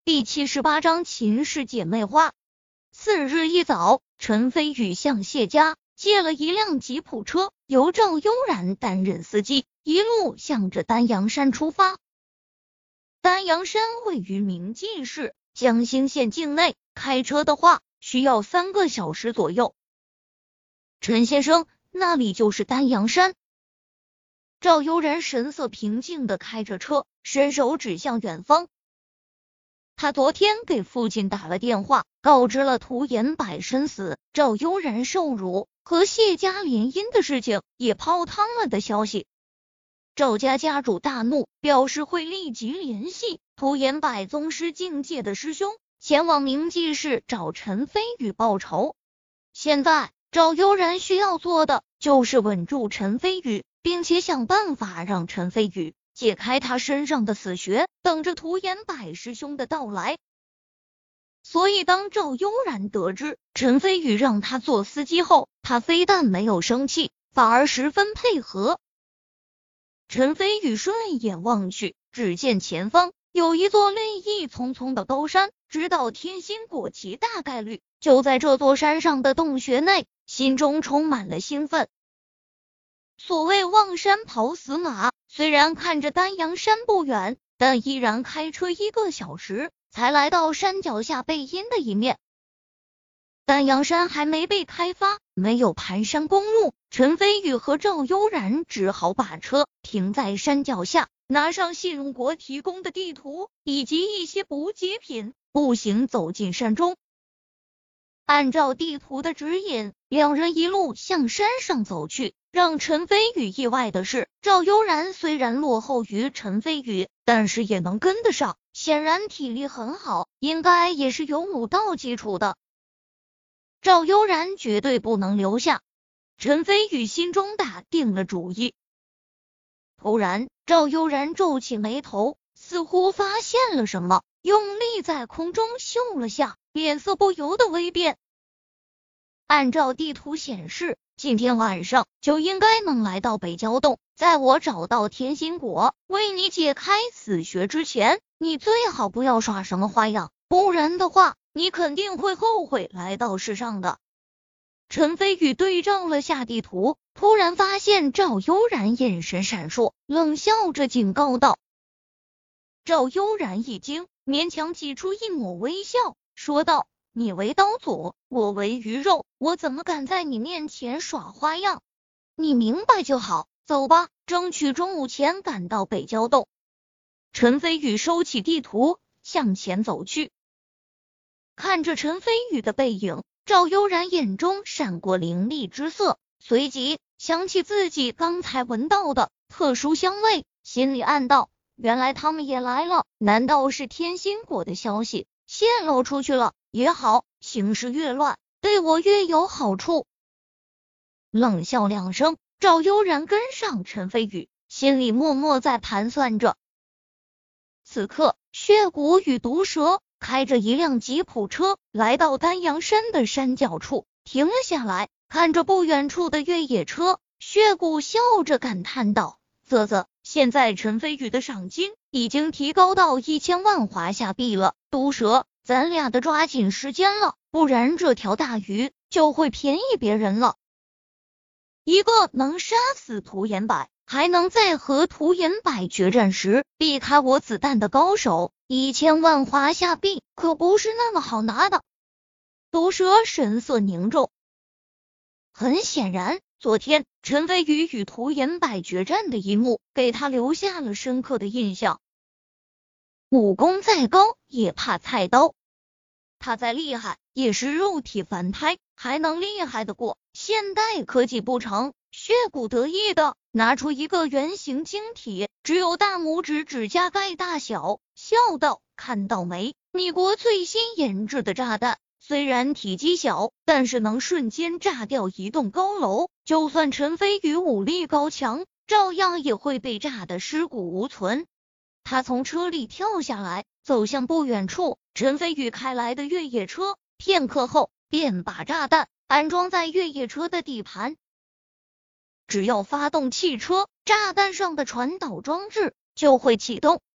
第78章秦氏姐妹花。次日一早，陈飞宇向谢家借了一辆吉普车，由赵悠然担任司机，一路向着丹阳山出发。丹阳山位于明记市江兴县境内，开车的话需要3个小时左右。陈先生，那里就是丹阳山。赵悠然神色平静地开着车，伸手指向远方。他昨天给父亲打了电话，告知了涂延柏身死、赵悠然受辱和谢家联姻的事情也泡汤了的消息。赵家家主大怒，表示会立即联系涂延柏宗师境界的师兄，前往明记市找陈飞宇报仇。现在赵悠然需要做的就是稳住陈飞宇，并且想办法让陈飞宇解开他身上的死穴，等着涂延柏师兄的到来。所以当赵悠然得知陈飞宇让他做司机后，他非但没有生气，反而十分配合。陈飞宇顺眼望去，只见前方有一座绿意葱葱的高山，知道天心果极大概率就在这座山上的洞穴内，心中充满了兴奋。所谓望山跑死马，虽然看着丹阳山不远，但依然开车1个小时才来到山脚下背阴的一面。丹阳山还没被开发，没有盘山公路，陈飞宇和赵悠然只好把车停在山脚下，拿上信用国提供的地图以及一些补给品，步行走进山中。按照地图的指引，两人一路向山上走去。让陈飞宇意外的是，赵悠然虽然落后于陈飞宇，但是也能跟得上，显然体力很好，应该也是有武道基础的。赵悠然绝对不能留下，陈飞宇心中打定了主意。突然，赵悠然皱起眉头，似乎发现了什么，用力在空中嗅了下，脸色不由得微变。按照地图显示，今天晚上就应该能来到北郊洞，在我找到天心果，为你解开死穴之前，你最好不要耍什么花样，不然的话，你肯定会后悔来到世上的。陈飞宇对照了下地图，突然发现赵悠然眼神闪烁，冷笑着警告道。赵悠然一惊，勉强挤出一抹微笑，说道：你为刀俎，我为鱼肉，我怎么敢在你面前耍花样？你明白就好，走吧，争取中午前赶到北郊洞。陈飞宇收起地图，向前走去。看着陈飞宇的背影，赵悠然眼中闪过凌厉之色，随即想起自己刚才闻到的特殊香味，心里暗道：原来他们也来了，难道是天心果的消息泄露出去了？也好，形势越乱，对我越有好处。冷笑2声，赵悠然跟上陈飞宇，心里默默在盘算着。此刻，血骨与毒蛇开着一辆吉普车来到丹阳山的山脚处，停了下来，看着不远处的越野车，血骨笑着感叹道：啧啧，现在陈飞宇的赏金已经提高到1000万华夏币了，毒蛇，咱俩得抓紧时间了，不然这条大鱼就会便宜别人了。一个能杀死涂延柏，还能在和涂延柏决战时避开我子弹的高手，1000万华夏币可不是那么好拿的。毒蛇神色凝重。很显然，昨天陈飞宇与涂延柏决战的一幕给他留下了深刻的印象。武功再高也怕菜刀，他再厉害也是肉体凡胎，还能厉害得过现代科技不成？血骨得意的拿出一个圆形晶体，只有大拇指指甲盖大小，笑道：看到没，你国最新研制的炸弹，虽然体积小，但是能瞬间炸掉一栋高楼，就算陈飞宇武力高强，照样也会被炸得尸骨无存。他从车里跳下来，走向不远处陈飞宇开来的越野车，片刻后便把炸弹安装在越野车的底盘。只要发动汽车，炸弹上的传导装置就会启动，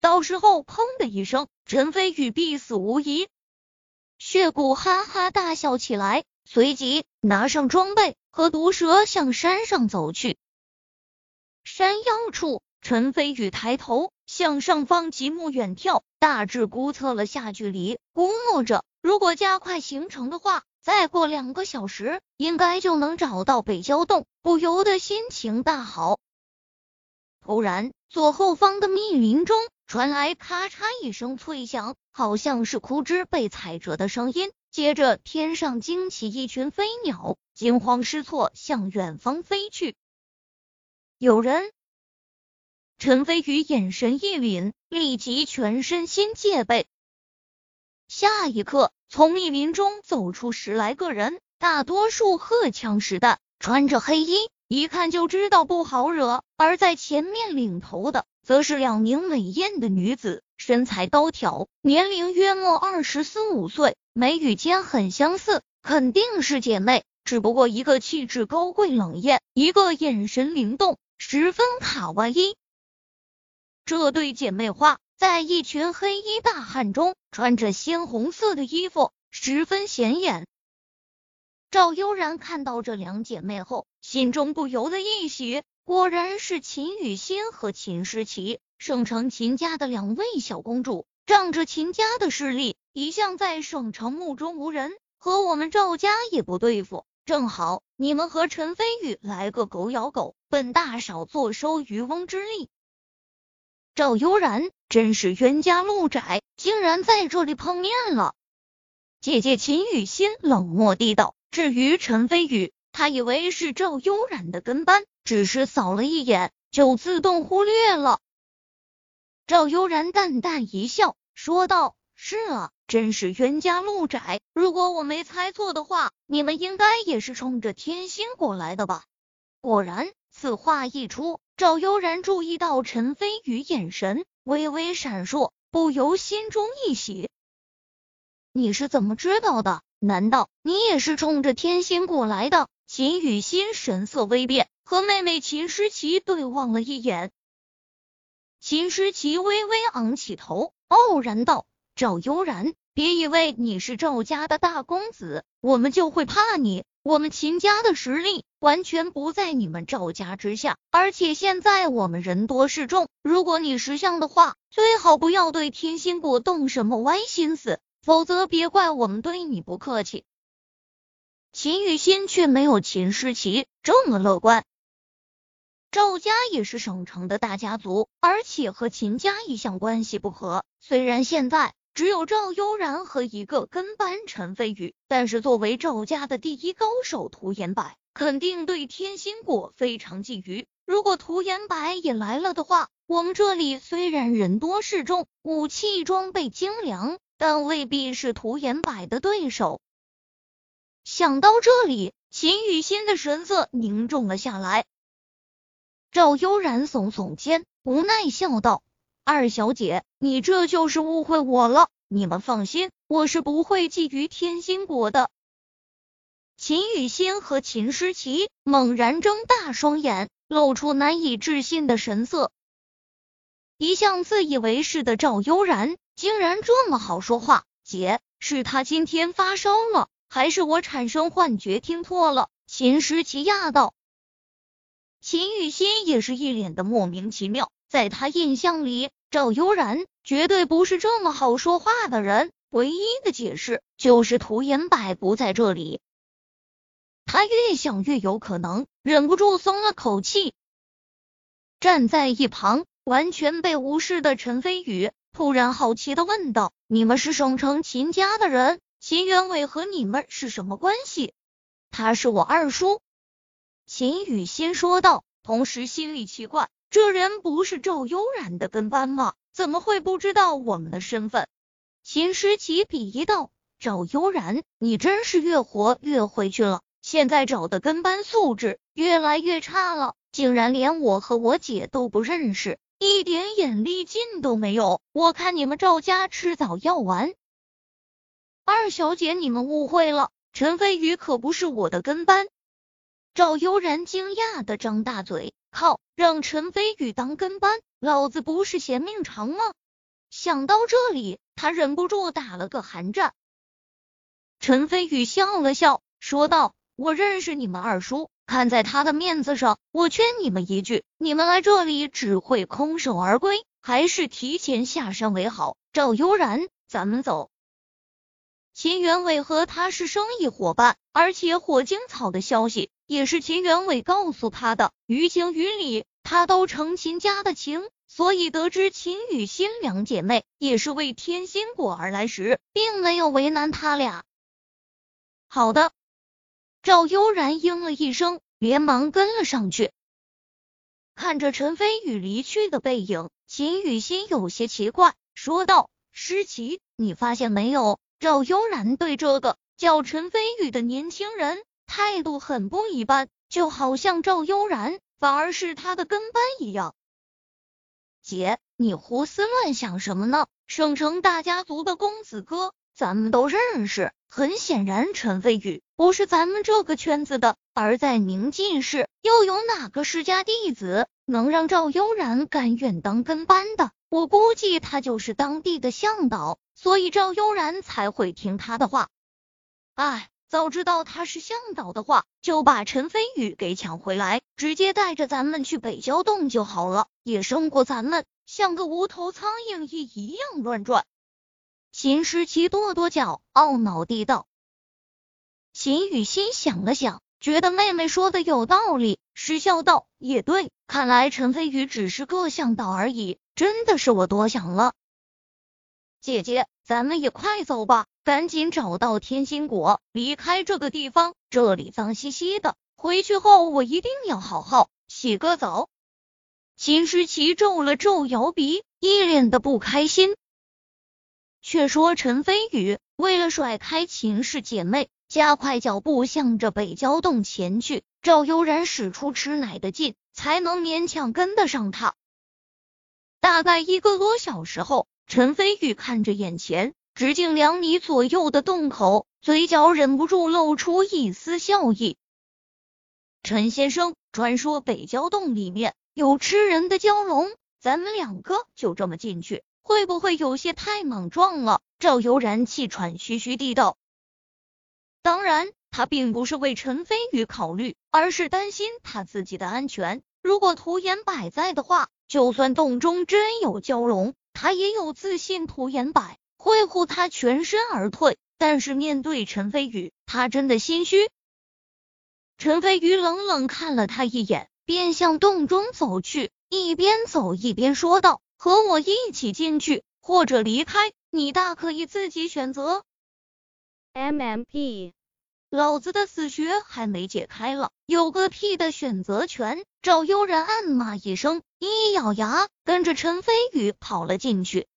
到时候砰的一声，陈飞宇必死无疑。血骨哈哈大笑起来，随即拿上装备和毒蛇向山上走去。山腰处，陈飞宇抬头向上方极目远眺，大致估测了下距离，估摸着如果加快行程的话，再过2个小时应该就能找到北郊洞，不由得心情大好。突然，左后方的密林中传来咔嚓一声脆响，好像是枯枝被踩折的声音。接着天上惊起一群飞鸟，惊慌失措向远方飞去。有人！陈飞宇眼神一凛，立即全身心戒备。下一刻，从密林中走出10来个人，大多数荷枪实弹，穿着黑衣，一看就知道不好惹。而在前面领头的则是2名美艳的女子，身材高挑，年龄约莫24、25岁，眉宇间很相似，肯定是姐妹，只不过一个气质高贵冷艳，一个眼神灵动，十分卡哇伊。这对姐妹花在一群黑衣大汉中穿着鲜红色的衣服，十分显眼。赵悠然看到这2姐妹后，心中不由得一喜，果然是秦雨欣和秦诗琪，省城秦家的2位小公主，仗着秦家的势力，一向在省城目中无人，和我们赵家也不对付。正好你们和陈飞宇来个狗咬狗，本大少坐收渔翁之利。赵悠然真是冤家路窄，竟然在这里碰面了。姐姐秦雨欣冷漠地道，至于陈飞宇，他以为是赵悠然的跟班，只是扫了一眼就自动忽略了。赵悠然淡淡一笑，说道，是啊，真是冤家路窄，如果我没猜错的话，你们应该也是冲着天心过来的吧。果然，此话一出，赵悠然注意到陈飞宇眼神微微闪烁，不由心中一喜。你是怎么知道的？难道你也是冲着天心过来的？秦雨欣神色微变，和妹妹秦诗琪对望了一眼。秦诗琪微微昂起头，傲然道，赵悠然，别以为你是赵家的大公子，我们就会怕你。我们秦家的实力完全不在你们赵家之下，而且现在我们人多势众，如果你识相的话，最好不要对天心果动什么歪心思，否则别怪我们对你不客气。秦雨欣却没有秦诗琪这么乐观。赵家也是省城的大家族，而且和秦家一向关系不和，虽然现在只有赵悠然和一个跟班陈飞宇，但是作为赵家的第一高手涂延柏，肯定对天心果非常觊觎。如果涂延柏也来了的话，我们这里虽然人多势众，武器装备精良，但未必是涂延柏的对手。想到这里，秦雨欣的神色凝重了下来。赵悠然耸耸肩，无奈笑道，二小姐，你这就是误会我了，你们放心，我是不会觊觎天心果的。秦雨欣和秦诗琪猛然睁大双眼，露出难以置信的神色。一向自以为是的赵悠然竟然这么好说话，姐，是他今天发烧了，还是我产生幻觉听错了？秦诗琪讶道。秦雨欣也是一脸的莫名其妙，在他印象里，赵悠然绝对不是这么好说话的人，唯一的解释就是涂延柏不在这里。他越想越有可能，忍不住松了口气。站在一旁完全被无视的陈飞宇突然好奇地问道，你们是省城秦家的人，秦元伟和你们是什么关系？他是我二叔。秦雨欣说道，同时心里奇怪，这人不是赵悠然的跟班吗？怎么会不知道我们的身份？秦诗琪鄙夷道，赵悠然，你真是越活越回去了，现在找的跟班素质越来越差了，竟然连我和我姐都不认识，一点眼力劲都没有，我看你们赵家迟早要完。二小姐，你们误会了，陈飞宇可不是我的跟班。赵悠然惊讶的张大嘴，靠，让陈飞宇当跟班，老子不是嫌命长吗？ 想到这里，他忍不住打了个寒战。陈飞宇笑了笑，说道：“我认识你们二叔，看在他的面子上，我劝你们一句，你们来这里只会空手而归，还是提前下山为好。赵悠然，咱们走。”秦元伟和他是生意伙伴，而且火晶草的消息也是秦元伟告诉他的，于情于理，他都成秦家的情，所以得知秦雨欣两姐妹也是为天心果而来时，并没有为难他俩。好的，赵悠然应了一声，连忙跟了上去。看着陈飞宇离去的背影，秦雨欣有些奇怪，说道：“诗琪，你发现没有？赵悠然对这个叫陈飞宇的年轻人态度很不一般，就好像赵悠然反而是他的跟班一样。”姐，你胡思乱想什么呢？省城大家族的公子哥，咱们都认识。很显然，陈飞宇不是咱们这个圈子的，而在宁晋市，又有哪个世家弟子能让赵悠然甘愿当跟班的？我估计他就是当地的向导，所以赵悠然才会听他的话。哎，早知道他是向导的话，就把陈飞宇给抢回来，直接带着咱们去北郊洞就好了，也胜过咱们像个无头苍蝇一样乱转。秦诗琪跺跺脚，懊恼地道。秦雨欣想了想，觉得妹妹说的有道理，失笑道：“也对，看来陈飞宇只是个向导而已，真的是我多想了。姐姐，咱们也快走吧，赶紧找到天心果，离开这个地方，这里脏兮兮的，回去后我一定要好好洗个澡。”秦诗琪皱了皱摇鼻，一脸的不开心。却说陈飞宇为了甩开秦氏姐妹，加快脚步向着北郊洞前去，赵悠然使出吃奶的劲，才能勉强跟得上他。大概1个多小时后，陈飞宇看着眼前直径2米左右的洞口，嘴角忍不住露出一丝笑意。陈先生，传说北郊洞里面有吃人的蛟龙，咱们2个就这么进去，会不会有些太莽撞了？赵悠然气喘吁吁地道。当然，他并不是为陈飞宇考虑，而是担心他自己的安全。如果涂延柏在的话，就算洞中真有蛟龙，他也有自信涂延柏会护他全身而退。但是面对陈飞宇，他真的心虚。陈飞宇冷冷看了他一眼，便向洞中走去，一边走一边说道：“和我一起进去，或者离开，你大可以自己选择。” MMP， 老子的死穴还没解开了，有个屁的选择权！赵悠然暗骂一声，一咬牙，跟着陈飞宇跑了进去。